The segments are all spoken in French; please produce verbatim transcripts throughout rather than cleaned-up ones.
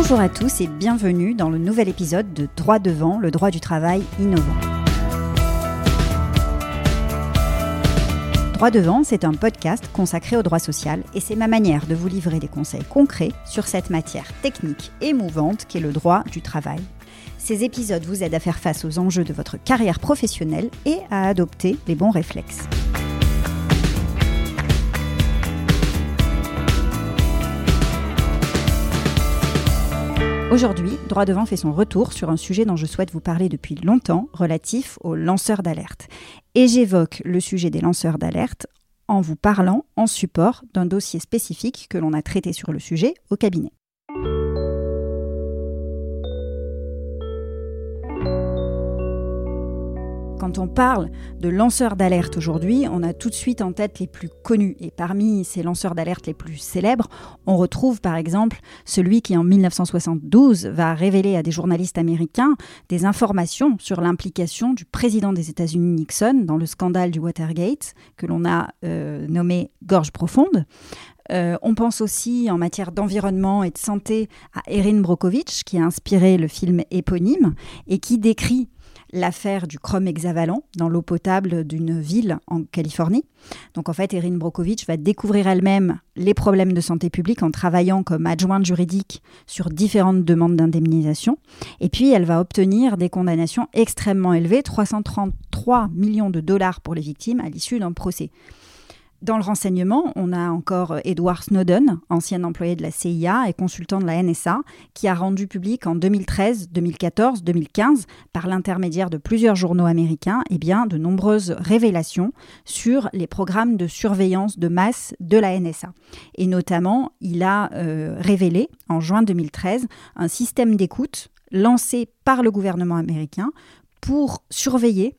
Bonjour à tous et bienvenue dans le nouvel épisode de Droit devant, le droit du travail innovant. Droit devant, c'est un podcast consacré au droit social et c'est ma manière de vous livrer des conseils concrets sur cette matière technique et mouvante qu'est le droit du travail. Ces épisodes vous aident à faire face aux enjeux de votre carrière professionnelle et à adopter les bons réflexes. Aujourd'hui, Droit devant fait son retour sur un sujet dont je souhaite vous parler depuis longtemps, relatif aux lanceurs d'alerte. Et j'évoque le sujet des lanceurs d'alerte en vous parlant en support d'un dossier spécifique que l'on a traité sur le sujet au cabinet. Quand on parle de lanceurs d'alerte aujourd'hui, on a tout de suite en tête les plus connus. Et parmi ces lanceurs d'alerte les plus célèbres, on retrouve par exemple celui qui en dix-neuf cent soixante-douze va révéler à des journalistes américains des informations sur l'implication du président des États-Unis Nixon dans le scandale du Watergate, que l'on a euh, nommé « Gorge profonde ». Euh, on pense aussi en matière d'environnement et de santé à Erin Brockovich, qui a inspiré le film éponyme et qui décrit l'affaire du chrome hexavalent dans l'eau potable d'une ville en Californie. Donc en fait, Erin Brockovich va découvrir elle-même les problèmes de santé publique en travaillant comme adjointe juridique sur différentes demandes d'indemnisation. Et puis, elle va obtenir des condamnations extrêmement élevées, trois cent trente-trois millions de dollars pour les victimes à l'issue d'un procès. Dans le renseignement, on a encore Edward Snowden, ancien employé de la C I A et consultant de la N S A, qui a rendu public en deux mille treize, deux mille quatorze, deux mille quinze, par l'intermédiaire de plusieurs journaux américains, eh bien, de nombreuses révélations sur les programmes de surveillance de masse de la N S A. Et notamment, il a euh, révélé, en juin deux mille treize, un système d'écoute lancé par le gouvernement américain pour surveiller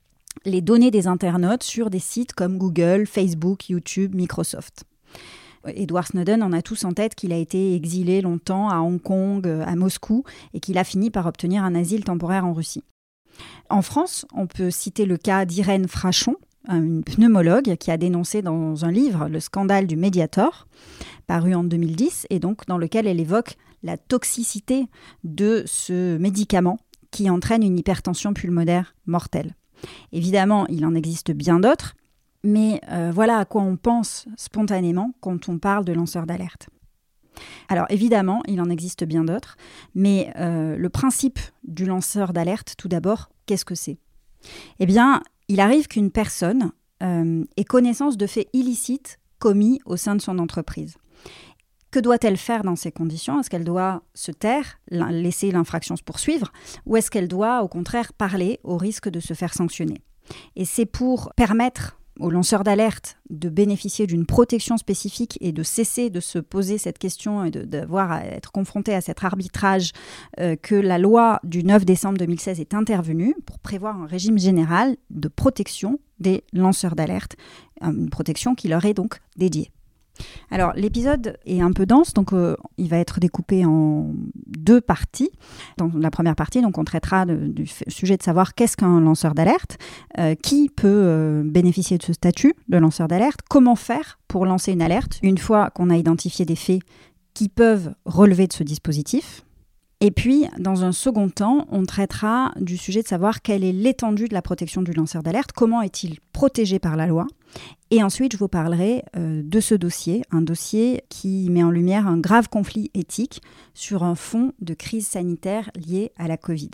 les données des internautes sur des sites comme Google, Facebook, YouTube, Microsoft. Edward Snowden, on a tous en tête qu'il a été exilé longtemps à Hong Kong, à Moscou, et qu'il a fini par obtenir un asile temporaire en Russie. En France, on peut citer le cas d'Irène Frachon, une pneumologue qui a dénoncé dans un livre le scandale du Mediator, paru en deux mille dix, et donc dans lequel elle évoque la toxicité de ce médicament qui entraîne une hypertension pulmonaire mortelle. Évidemment, il en existe bien d'autres, mais euh, voilà à quoi on pense spontanément quand on parle de lanceurs d'alerte. Alors évidemment, il en existe bien d'autres, mais euh, le principe du lanceur d'alerte, tout d'abord, qu'est-ce que c'est ? Eh bien, il arrive qu'une personne euh, ait connaissance de faits illicites commis au sein de son entreprise. Que doit-elle faire dans ces conditions ? Est-ce qu'elle doit se taire, laisser l'infraction se poursuivre, ou est-ce qu'elle doit, au contraire, parler au risque de se faire sanctionner ? Et c'est pour permettre aux lanceurs d'alerte de bénéficier d'une protection spécifique et de cesser de se poser cette question et de, d'avoir à être confronté à cet arbitrage euh, que la loi du neuf décembre deux mille seize est intervenue pour prévoir un régime général de protection des lanceurs d'alerte, une protection qui leur est donc dédiée. Alors, l'épisode est un peu dense, donc euh, il va être découpé en deux parties. Dans la première partie, donc, on traitera de, du f- sujet de savoir qu'est-ce qu'un lanceur d'alerte, euh, qui peut euh, bénéficier de ce statut de lanceur d'alerte, comment faire pour lancer une alerte une fois qu'on a identifié des faits qui peuvent relever de ce dispositif. Et puis, dans un second temps, on traitera du sujet de savoir quelle est l'étendue de la protection du lanceur d'alerte, comment est-il protégé par la loi. Et ensuite, je vous parlerai euh, de ce dossier, un dossier qui met en lumière un grave conflit éthique sur un fond de crise sanitaire lié à la Covid.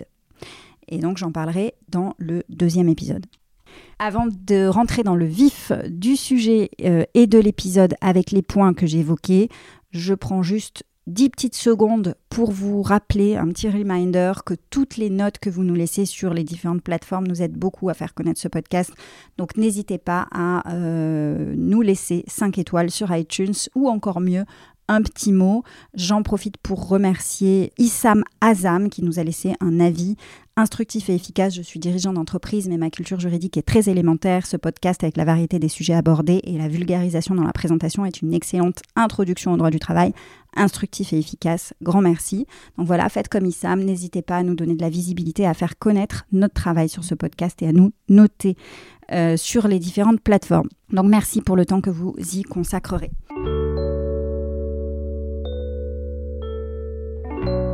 Et donc, j'en parlerai dans le deuxième épisode. Avant de rentrer dans le vif du sujet euh, et de l'épisode avec les points que j'ai évoqués, je prends juste dix petites secondes pour vous rappeler, un petit reminder, que toutes les notes que vous nous laissez sur les différentes plateformes nous aident beaucoup à faire connaître ce podcast. Donc n'hésitez pas à euh, nous laisser cinq étoiles sur iTunes ou encore mieux, un petit mot. J'en profite pour remercier Issam Azam qui nous a laissé un avis instructif et efficace. Je suis dirigeant d'entreprise, mais ma culture juridique est très élémentaire. Ce podcast, avec la variété des sujets abordés et la vulgarisation dans la présentation, est une excellente introduction au droit du travail, instructif et efficace. Grand merci. Donc voilà, faites comme Issam. N'hésitez pas à nous donner de la visibilité, à faire connaître notre travail sur ce podcast et à nous noter euh, sur les différentes plateformes. Donc merci pour le temps que vous y consacrerez.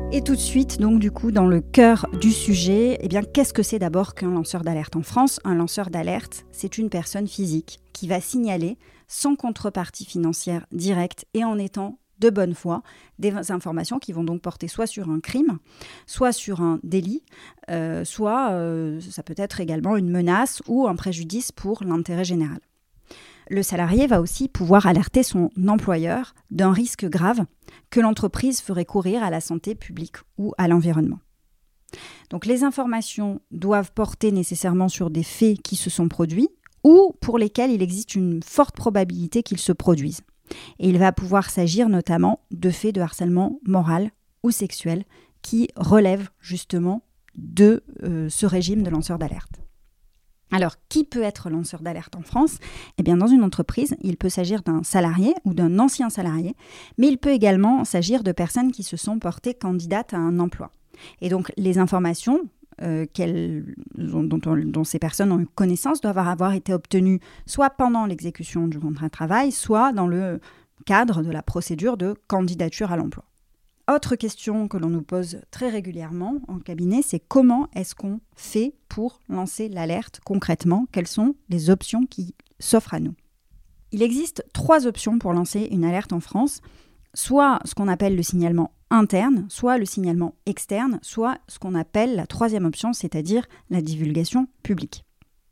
Et tout de suite, donc du coup, dans le cœur du sujet, eh bien, qu'est-ce que c'est d'abord qu'un lanceur d'alerte en France ? Un lanceur d'alerte, c'est une personne physique qui va signaler sans contrepartie financière directe et en étant de bonne foi des informations qui vont donc porter soit sur un crime, soit sur un délit, euh, soit euh, ça peut être également une menace ou un préjudice pour l'intérêt général. Le salarié va aussi pouvoir alerter son employeur d'un risque grave que l'entreprise ferait courir à la santé publique ou à l'environnement. Donc les informations doivent porter nécessairement sur des faits qui se sont produits ou pour lesquels il existe une forte probabilité qu'ils se produisent. Et il va pouvoir s'agir notamment de faits de harcèlement moral ou sexuel qui relèvent justement de euh, ce régime de lanceur d'alerte. Alors, qui peut être lanceur d'alerte en France ? Eh bien, dans une entreprise, il peut s'agir d'un salarié ou d'un ancien salarié, mais il peut également s'agir de personnes qui se sont portées candidates à un emploi. Et donc, les informations euh, dont, dont, dont ces personnes ont eu connaissance doivent avoir été obtenues soit pendant l'exécution du contrat de travail, soit dans le cadre de la procédure de candidature à l'emploi. Autre question que l'on nous pose très régulièrement en cabinet, c'est comment est-ce qu'on fait pour lancer l'alerte concrètement ? Quelles sont les options qui s'offrent à nous ? Il existe trois options pour lancer une alerte en France, soit ce qu'on appelle le signalement interne, soit le signalement externe, soit ce qu'on appelle la troisième option, c'est-à-dire la divulgation publique.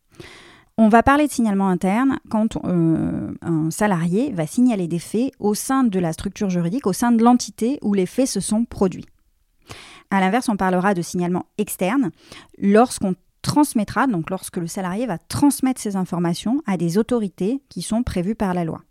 On va parler de signalement interne quand euh, un salarié va signaler des faits au sein de la structure juridique, au sein de l'entité où les faits se sont produits. À l'inverse, on parlera de signalement externe lorsqu'on transmettra, donc lorsque le salarié va transmettre ces informations à des autorités qui sont prévues par la loi.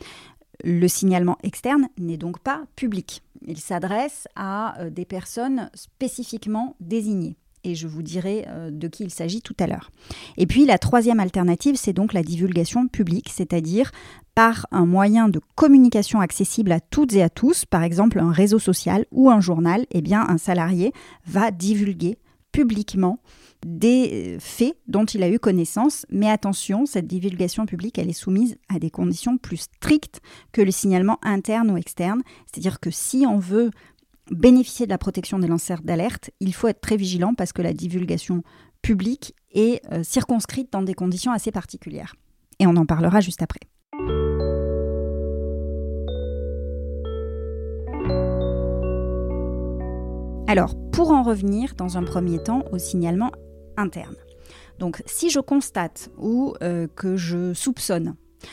Le signalement externe n'est donc pas public. Il s'adresse à euh, des personnes spécifiquement désignées. Et je vous dirai euh, de qui il s'agit tout à l'heure. Et puis la troisième alternative, c'est donc la divulgation publique, c'est-à-dire par un moyen de communication accessible à toutes et à tous, par exemple un réseau social ou un journal, eh bien un salarié va divulguer publiquement des faits dont il a eu connaissance. Mais attention, cette divulgation publique, elle est soumise à des conditions plus strictes que le signalement interne ou externe. C'est-à-dire que si on veut bénéficier de la protection des lanceurs d'alerte, il faut être très vigilant parce que la divulgation publique est euh, circonscrite dans des conditions assez particulières. Et on en parlera juste après. Alors, pour en revenir dans un premier temps au signalement interne. Donc, si je constate ou euh, que je soupçonne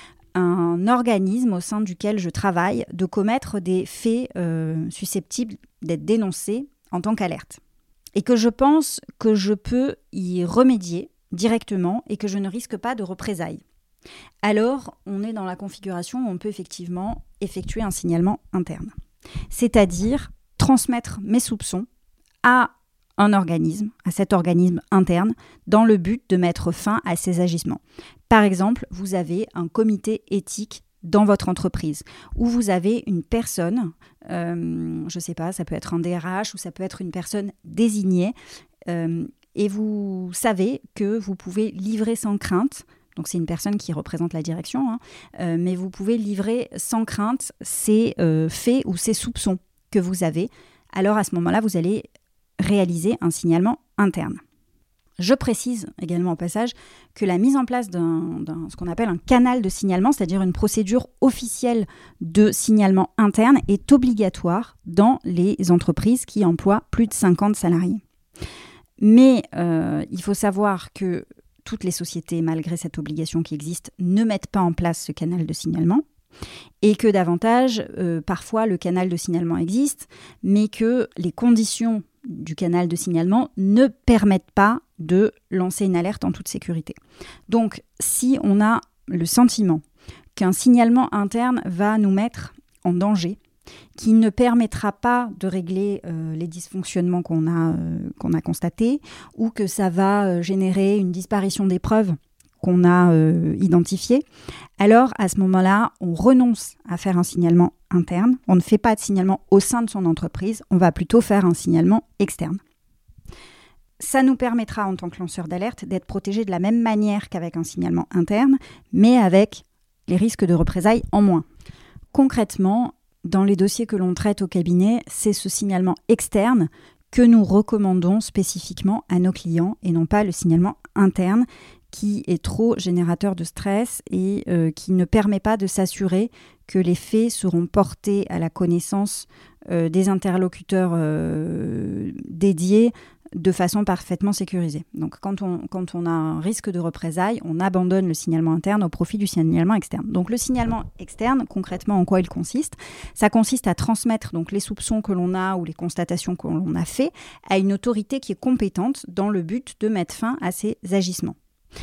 un organisme au sein duquel je travaille de commettre des faits euh, susceptibles d'être dénoncés en tant qu'alerte. Et que je pense que je peux y remédier directement et que je ne risque pas de représailles. Alors, on est dans la configuration où on peut effectivement effectuer un signalement interne. C'est-à-dire transmettre mes soupçons à un organisme, à cet organisme interne, dans le but de mettre fin à ces agissements. Par exemple, vous avez un comité éthique dans votre entreprise, où vous avez une personne, euh, je ne sais pas, ça peut être un D R H ou ça peut être une personne désignée, euh, et vous savez que vous pouvez livrer sans crainte, donc c'est une personne qui représente la direction, hein, euh, mais vous pouvez livrer sans crainte ces euh, faits ou ces soupçons que vous avez. Alors à ce moment-là, vous allez réaliser un signalement interne. Je précise également au passage que la mise en place d'un, d'un ce qu'on appelle un canal de signalement, c'est-à-dire une procédure officielle de signalement interne, est obligatoire dans les entreprises qui emploient plus de cinquante salariés. Mais euh, il faut savoir que toutes les sociétés, malgré cette obligation qui existe, ne mettent pas en place ce canal de signalement. Et que davantage, euh, parfois le canal de signalement existe, mais que les conditions du canal de signalement ne permettent pas de lancer une alerte en toute sécurité. Donc, si on a le sentiment qu'un signalement interne va nous mettre en danger, qui ne permettra pas de régler euh, les dysfonctionnements qu'on a, euh, qu'on a constatés, ou que ça va euh, générer une disparition des preuves qu'on a euh, identifiées, alors à ce moment-là, on renonce à faire un signalement interne, on ne fait pas de signalement au sein de son entreprise, on va plutôt faire un signalement externe. Ça nous permettra en tant que lanceur d'alerte d'être protégé de la même manière qu'avec un signalement interne, mais avec les risques de représailles en moins. Concrètement, dans les dossiers que l'on traite au cabinet, c'est ce signalement externe que nous recommandons spécifiquement à nos clients et non pas le signalement interne qui est trop générateur de stress et euh, qui ne permet pas de s'assurer que les faits seront portés à la connaissance euh, des interlocuteurs euh, dédiés de façon parfaitement sécurisée. Donc quand on, quand on a un risque de représailles, on abandonne le signalement interne au profit du signalement externe. Donc le signalement externe, concrètement, en quoi il consiste ? Ça consiste à transmettre donc, les soupçons que l'on a ou les constatations que l'on a fait à une autorité qui est compétente dans le but de mettre fin à ces agissements.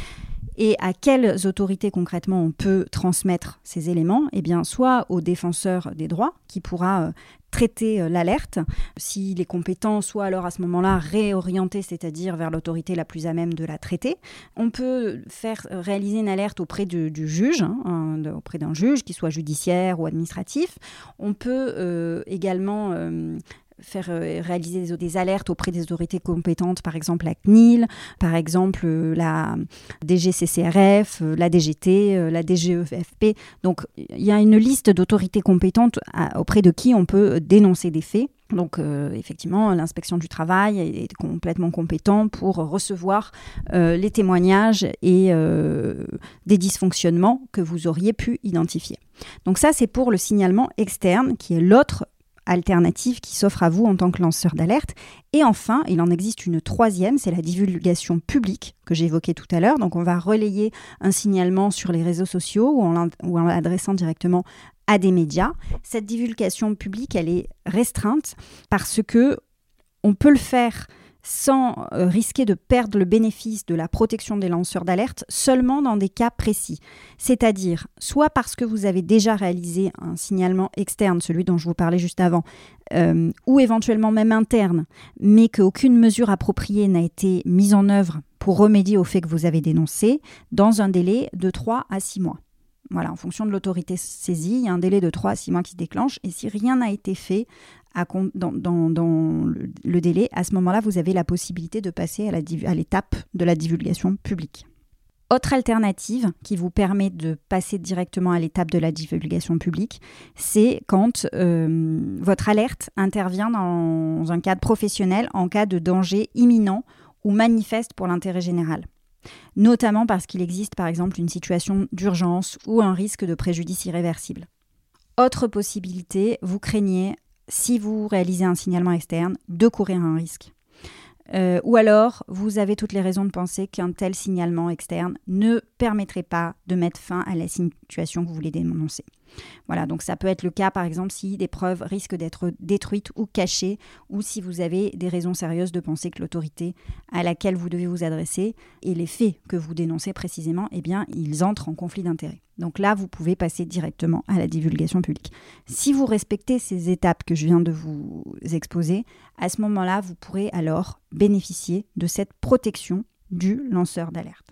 Et à quelles autorités concrètement on peut transmettre ces éléments ? Eh bien, soit au défenseur des droits qui pourra euh, traiter euh, l'alerte, s'il est compétent, soit alors à ce moment-là réorienter, c'est-à-dire vers l'autorité la plus à même de la traiter. On peut faire euh, réaliser une alerte auprès du, du juge, hein, de, auprès d'un juge, qu'il soit judiciaire ou administratif. On peut euh, également euh, faire euh, réaliser des, des alertes auprès des autorités compétentes, par exemple la C N I L, par exemple euh, la D G C C R F, euh, la D G T, euh, la D G E F P. Donc, il y a une liste d'autorités compétentes à, auprès de qui on peut dénoncer des faits. Donc, euh, effectivement, l'inspection du travail est, est complètement compétent pour recevoir euh, les témoignages et euh, des dysfonctionnements que vous auriez pu identifier. Donc ça, c'est pour le signalement externe, qui est l'autre alternative qui s'offre à vous en tant que lanceur d'alerte. Et enfin, il en existe une troisième, c'est la divulgation publique que j'ai évoquée tout à l'heure. Donc, on va relayer un signalement sur les réseaux sociaux ou en, ou en l'adressant directement à des médias. Cette divulgation publique, elle est restreinte parce que on peut le faire sans euh, risquer de perdre le bénéfice de la protection des lanceurs d'alerte seulement dans des cas précis. C'est-à-dire, soit parce que vous avez déjà réalisé un signalement externe, celui dont je vous parlais juste avant, euh, ou éventuellement même interne, mais qu'aucune mesure appropriée n'a été mise en œuvre pour remédier au fait que vous avez dénoncé, dans un délai de trois à six mois. Voilà, en fonction de l'autorité saisie, il y a un délai de trois à six mois qui se déclenche, et si rien n'a été fait à, dans, dans, dans le, le délai, à ce moment-là, vous avez la possibilité de passer à, la, à l'étape de la divulgation publique. Autre alternative qui vous permet de passer directement à l'étape de la divulgation publique, c'est quand euh, votre alerte intervient dans un cadre professionnel en cas de danger imminent ou manifeste pour l'intérêt général. Notamment parce qu'il existe par exemple une situation d'urgence ou un risque de préjudice irréversible. Autre possibilité, vous craignez, si vous réalisez un signalement externe, de courir un risque. Euh, ou alors, vous avez toutes les raisons de penser qu'un tel signalement externe ne permettrait pas de mettre fin à la situation que vous voulez dénoncer. Voilà, donc ça peut être le cas, par exemple, si des preuves risquent d'être détruites ou cachées, ou si vous avez des raisons sérieuses de penser que l'autorité à laquelle vous devez vous adresser et les faits que vous dénoncez précisément, eh bien, ils entrent en conflit d'intérêts. Donc là, vous pouvez passer directement à la divulgation publique. Si vous respectez ces étapes que je viens de vous exposer, à ce moment-là, vous pourrez alors bénéficier de cette protection du lanceur d'alerte.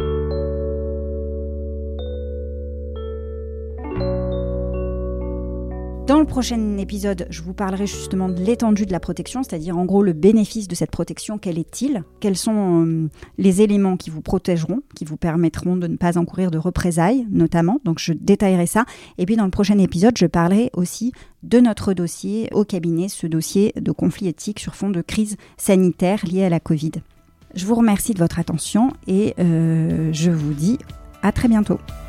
Dans le prochain épisode, je vous parlerai justement de l'étendue de la protection, c'est-à-dire en gros le bénéfice de cette protection, quel est-il ? Quels sont euh, les éléments qui vous protégeront, qui vous permettront de ne pas encourir de représailles notamment. Donc je détaillerai ça. Et puis dans le prochain épisode, je parlerai aussi de notre dossier au cabinet, ce dossier de conflit éthique sur fond de crise sanitaire liée à la Covid. Je vous remercie de votre attention et euh, je vous dis à très bientôt.